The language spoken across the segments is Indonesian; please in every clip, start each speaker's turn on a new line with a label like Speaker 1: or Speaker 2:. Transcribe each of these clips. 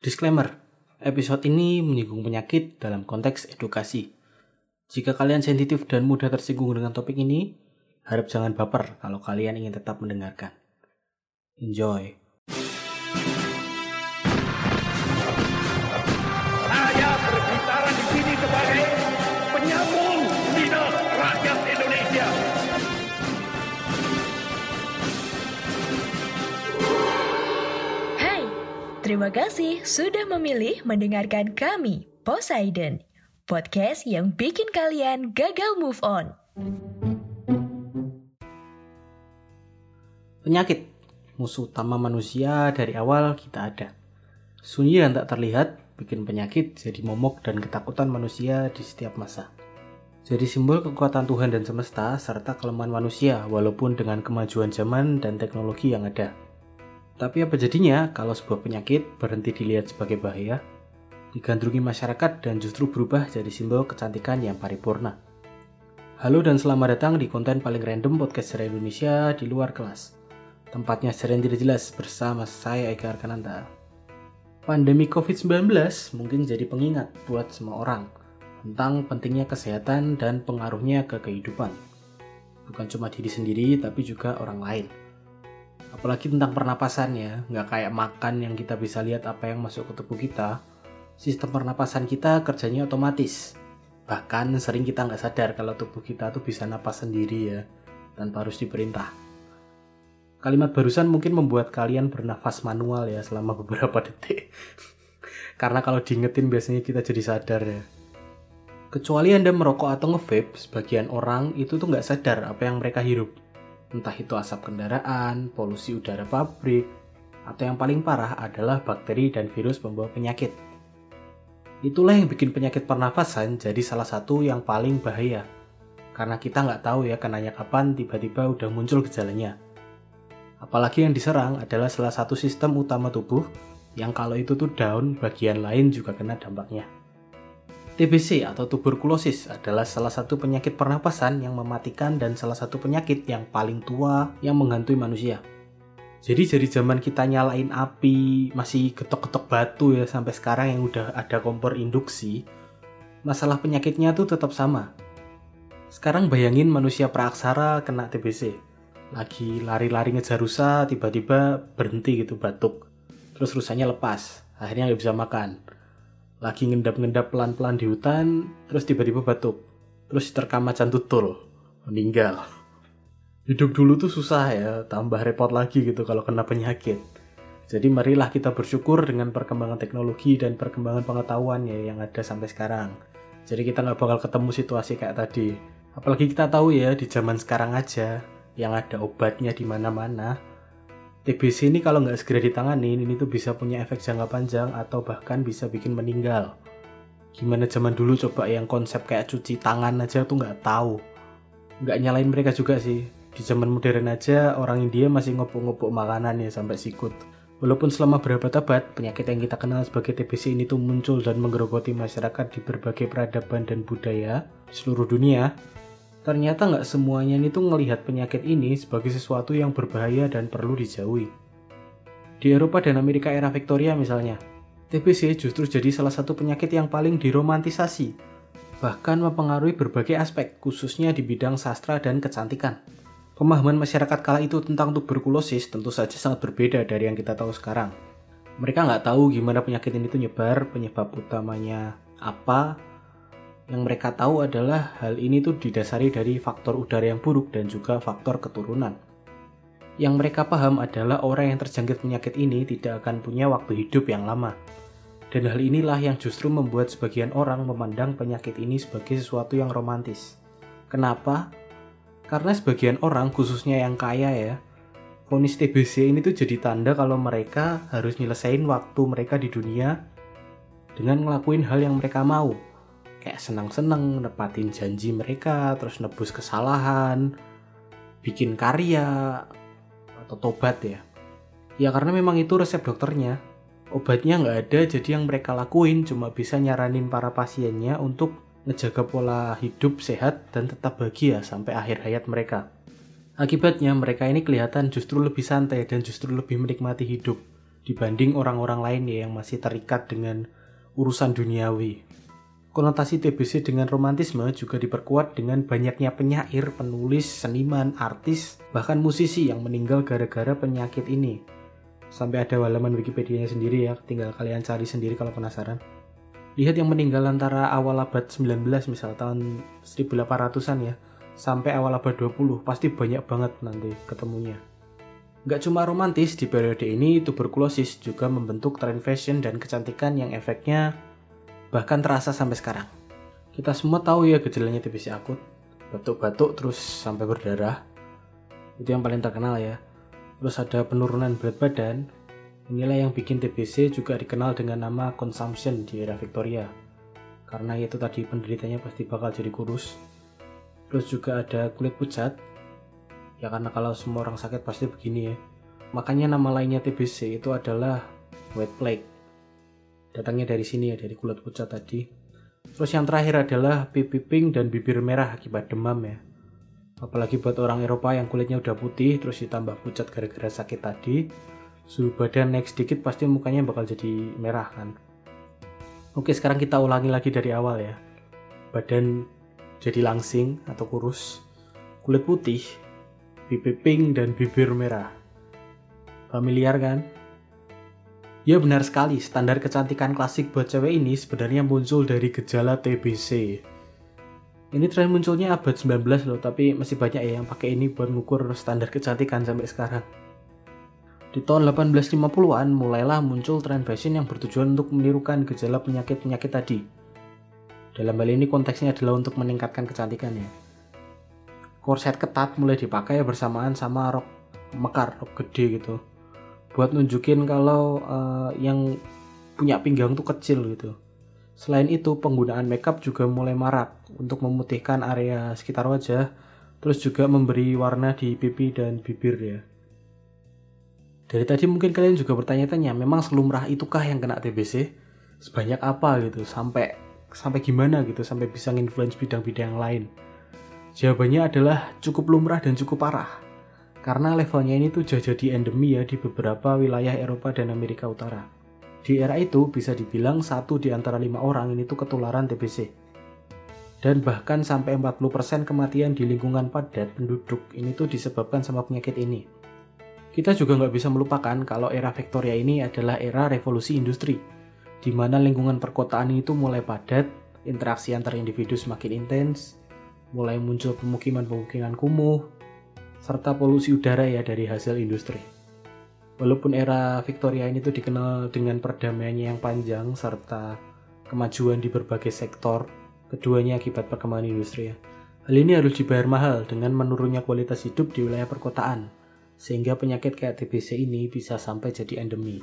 Speaker 1: Disclaimer, episode ini menyinggung penyakit dalam konteks edukasi. Jika kalian sensitif dan mudah tersinggung dengan topik ini, harap jangan baper kalau kalian ingin tetap mendengarkan. Enjoy.
Speaker 2: Saya berbicara di sini sebagai penyambung lidah rakyat Indonesia.
Speaker 3: Hai, terima kasih sudah memilih mendengarkan kami, Poseidon, podcast yang bikin kalian gagal move on.
Speaker 1: Penyakit, musuh utama manusia dari awal kita ada. Sunyi dan tak terlihat, bikin penyakit jadi momok dan ketakutan manusia di setiap masa. Jadi simbol kekuatan Tuhan dan semesta serta kelemahan manusia walaupun dengan kemajuan zaman dan teknologi yang ada. Tapi apa jadinya kalau sebuah penyakit berhenti dilihat sebagai bahaya, digandrungi masyarakat dan justru berubah jadi simbol kecantikan yang paripurna? Halo dan selamat datang di konten paling random podcast sejarah Indonesia di luar kelas. Tempatnya sejarah yang tidak jelas bersama saya Eka Arkananta. Pandemi COVID-19 mungkin jadi pengingat buat semua orang tentang pentingnya kesehatan dan pengaruhnya ke kehidupan. Bukan cuma diri sendiri tapi juga orang lain. Apalagi tentang pernapasan ya, nggak kayak makan yang kita bisa lihat apa yang masuk ke tubuh kita. Sistem pernapasan kita kerjanya otomatis. Bahkan sering kita nggak sadar kalau tubuh kita tuh bisa napas sendiri ya, tanpa harus diperintah. Kalimat barusan mungkin membuat kalian bernafas manual ya selama beberapa detik. Karena kalau diingetin biasanya kita jadi sadar ya. Kecuali Anda merokok atau nge-vape, sebagian orang itu tuh nggak sadar apa yang mereka hirup. Entah itu asap kendaraan, polusi udara pabrik, atau yang paling parah adalah bakteri dan virus pembawa penyakit. Itulah yang bikin penyakit pernafasan jadi salah satu yang paling bahaya. Karena kita nggak tahu ya kenanya kapan tiba-tiba udah muncul gejalanya. Apalagi yang diserang adalah salah satu sistem utama tubuh yang kalau itu tuh down, bagian lain juga kena dampaknya. TBC atau tuberkulosis adalah salah satu penyakit pernapasan yang mematikan dan salah satu penyakit yang paling tua yang menghantui manusia. Jadi dari zaman kita nyalain api, masih getok-getok batu ya sampai sekarang yang udah ada kompor induksi, masalah penyakitnya tuh tetap sama. Sekarang bayangin manusia praaksara kena TBC. Lagi lari-lari ngejar rusa, tiba-tiba berhenti gitu batuk. Terus rusanya lepas, akhirnya nggak bisa makan. Lagi ngendap-ngendap pelan-pelan di hutan, terus tiba-tiba batuk. Terus diterkam macan tutul, meninggal. Hidup dulu tuh susah ya, tambah repot lagi gitu kalau kena penyakit. Jadi marilah kita bersyukur dengan perkembangan teknologi dan perkembangan pengetahuan ya yang ada sampai sekarang. Jadi kita nggak bakal ketemu situasi kayak tadi. Apalagi kita tahu ya di zaman sekarang aja, yang ada obatnya di mana-mana. TBC ini kalau nggak segera ditanganin, ini tuh bisa punya efek jangka panjang atau bahkan bisa bikin meninggal. Gimana zaman dulu coba yang konsep kayak cuci tangan aja tuh nggak tahu. Nggak nyalain mereka juga sih. Di zaman modern aja orang India masih ngopok-ngopok makanan ya sampai sikut. Walaupun selama berabad-abad, penyakit yang kita kenal sebagai TBC ini tuh muncul dan menggerogoti masyarakat di berbagai peradaban dan budaya di seluruh dunia. Ternyata nggak semuanya ini tuh ngelihat penyakit ini sebagai sesuatu yang berbahaya dan perlu dijauhi. Di Eropa dan Amerika era Victoria misalnya, TBC justru jadi salah satu penyakit yang paling diromantisasi, bahkan mempengaruhi berbagai aspek, khususnya di bidang sastra dan kecantikan. Pemahaman masyarakat kala itu tentang tuberkulosis tentu saja sangat berbeda dari yang kita tahu sekarang. Mereka nggak tahu gimana penyakit ini tuh nyebar, penyebab utamanya apa. Yang mereka tahu adalah hal ini tuh didasari dari faktor udara yang buruk dan juga faktor keturunan. Yang mereka paham adalah orang yang terjangkit penyakit ini tidak akan punya waktu hidup yang lama. Dan hal inilah yang justru membuat sebagian orang memandang penyakit ini sebagai sesuatu yang romantis. Kenapa? Karena sebagian orang, khususnya yang kaya ya, vonis TBC ini tuh jadi tanda kalau mereka harus nyelesain waktu mereka di dunia dengan ngelakuin hal yang mereka mau. Kayak senang-senang, nepatin janji mereka, terus nebus kesalahan, bikin karya, atau tobat ya. Ya karena memang itu resep dokternya. Obatnya nggak ada, jadi yang mereka lakuin cuma bisa nyaranin para pasiennya untuk ngejaga pola hidup sehat dan tetap bahagia sampai akhir hayat mereka. Akibatnya mereka ini kelihatan justru lebih santai dan justru lebih menikmati hidup. dibanding orang-orang lain ya yang masih terikat dengan urusan duniawi. Konotasi TBC dengan romantisme juga diperkuat dengan banyaknya penyair, penulis, seniman, artis, bahkan musisi yang meninggal gara-gara penyakit ini. Sampai ada halaman Wikipedia-nya sendiri ya, tinggal kalian cari sendiri kalau penasaran. Lihat yang meninggal antara awal abad 19 misal tahun 1800-an ya, sampai awal abad 20, pasti banyak banget nanti ketemunya. Nggak cuma romantis, di periode ini tuberkulosis juga membentuk tren fashion dan kecantikan yang efeknya bahkan terasa sampai sekarang. Kita semua tahu ya gejalanya TBC akut, batuk-batuk terus sampai berdarah. Itu yang paling terkenal ya. Terus ada penurunan berat badan. Inilah yang bikin TBC juga dikenal dengan nama consumption di era Victoria. Karena itu tadi penderitanya pasti bakal jadi kurus. Terus juga ada kulit pucat. Ya karena kalau semua orang sakit pasti begini ya. Makanya nama lainnya TBC itu adalah white plague. Datangnya dari sini ya, dari kulit pucat tadi. Terus yang terakhir adalah pipi pink dan bibir merah akibat demam ya. Apalagi buat orang Eropa yang kulitnya udah putih terus ditambah pucat gara-gara sakit tadi, suhu badan naik sedikit pasti mukanya bakal jadi merah kan. Oke, sekarang kita ulangi lagi dari awal ya. Badan jadi langsing atau kurus, kulit putih, pipi pink dan bibir merah. Familiar kan? Ya benar sekali, standar kecantikan klasik buat cewek ini sebenarnya muncul dari gejala TBC. Ini tren munculnya abad 19 loh, tapi masih banyak ya yang pakai ini buat mengukur standar kecantikan sampai sekarang. Di tahun 1850-an mulailah muncul tren fashion yang bertujuan untuk menirukan gejala penyakit-penyakit tadi. Dalam hal ini konteksnya adalah untuk meningkatkan kecantikannya. Korset ketat mulai dipakai bersamaan sama rok mekar, rok gede gitu. Buat nunjukin kalau yang punya pinggang tuh kecil gitu. Selain itu, penggunaan makeup juga mulai marak untuk memutihkan area sekitar wajah, terus juga memberi warna di pipi dan bibir ya. Dari tadi mungkin kalian juga bertanya-tanya, memang selumrah itukah yang kena TBC? Sebanyak apa gitu, sampai gimana gitu, sampai bisa nginfluence bidang-bidang yang lain? Jawabannya adalah cukup lumrah dan cukup parah. Karena levelnya ini tuh jadi endemi ya di beberapa wilayah Eropa dan Amerika Utara. Di era itu bisa dibilang 1 di antara 5 orang ini tuh ketularan TBC. Dan bahkan sampai 40% kematian di lingkungan padat penduduk ini tuh disebabkan sama penyakit ini. Kita juga nggak bisa melupakan kalau era Victoria ini adalah era revolusi industri, di mana lingkungan perkotaan itu mulai padat, interaksi antar individu semakin intens, mulai muncul pemukiman-pemukiman kumuh, serta polusi udara ya dari hasil industri. Walaupun era Victoria ini tuh dikenal dengan perdamaiannya yang panjang serta kemajuan di berbagai sektor, keduanya akibat perkembangan industri ya. Hal ini harus dibayar mahal dengan menurunnya kualitas hidup di wilayah perkotaan, sehingga penyakit kayak TBC ini bisa sampai jadi endemi.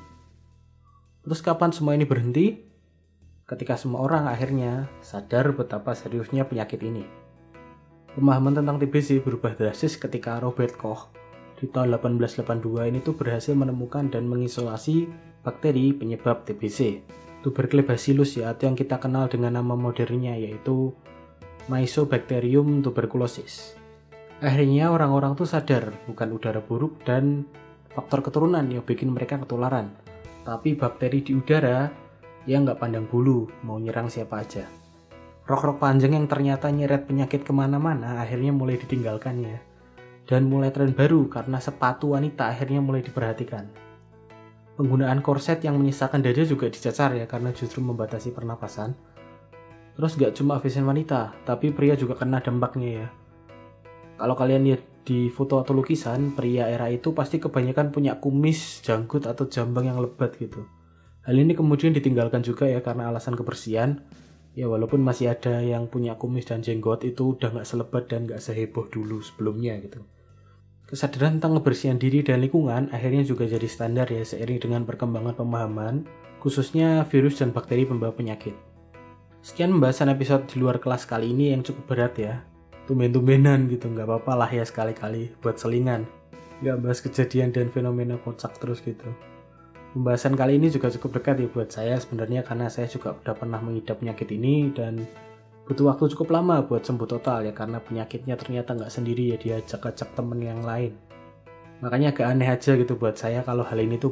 Speaker 1: Terus kapan semua ini berhenti? Ketika semua orang akhirnya sadar betapa seriusnya penyakit ini. Pemahaman tentang TBC berubah drastis ketika Robert Koch di tahun 1882 ini tuh berhasil menemukan dan mengisolasi bakteri penyebab TBC, Tuberculobacillus ya, atau yang kita kenal dengan nama modernnya yaitu Mycobacterium tuberculosis. Akhirnya orang-orang tuh sadar bukan udara buruk dan faktor keturunan yang bikin mereka ketularan, tapi bakteri di udara yang nggak pandang bulu mau nyerang siapa aja. Rok-rok panjang yang ternyata nyeret penyakit kemana-mana akhirnya mulai ditinggalkannya. Dan mulai tren baru karena sepatu wanita akhirnya mulai diperhatikan. Penggunaan korset yang menyisakan dada juga dicacar ya karena justru membatasi pernapasan. Terus gak cuma fashion wanita, tapi pria juga kena dampaknya ya. Kalau kalian lihat di foto atau lukisan, pria era itu pasti kebanyakan punya kumis, janggut, atau jambang yang lebat gitu. Hal ini kemudian ditinggalkan juga ya karena alasan kebersihan. Ya walaupun masih ada yang punya kumis dan jenggot, itu udah gak selebat dan gak seheboh dulu sebelumnya gitu. Kesadaran tentang kebersihan diri dan lingkungan akhirnya juga jadi standar ya seiring dengan perkembangan pemahaman, khususnya virus dan bakteri pembawa penyakit. Sekian pembahasan episode di luar kelas kali ini yang cukup berat ya. Tumben-tumbenan gitu, gak apa-apa lah ya sekali-kali buat selingan. Gak bahas kejadian dan fenomena kocak terus gitu. Pembahasan kali ini juga cukup dekat ya buat saya sebenarnya karena saya juga udah pernah mengidap penyakit ini dan butuh waktu cukup lama buat sembuh total ya karena penyakitnya ternyata nggak sendiri ya, diajak-ajak temen yang lain. Makanya agak aneh aja gitu buat saya kalau hal ini tuh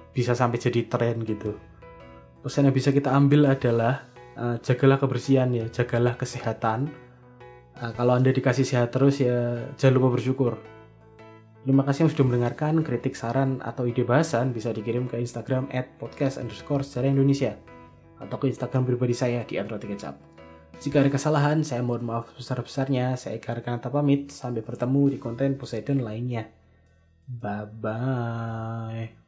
Speaker 1: bisa sampai jadi tren gitu. Pesan yang bisa kita ambil adalah jagalah kebersihan ya, jagalah kesehatan. Kalau Anda dikasih sehat terus ya jangan lupa bersyukur. Terima kasih yang sudah mendengarkan. Kritik, saran, atau ide bahasan bisa dikirim ke Instagram @podcast_sejarah-Indonesia atau ke Instagram pribadi saya di @rotikecap. Jika ada kesalahan, saya mohon maaf besar-besarnya. Saya Eka Rekanata pamit. Sampai bertemu di konten Poseidon lainnya. Bye-bye.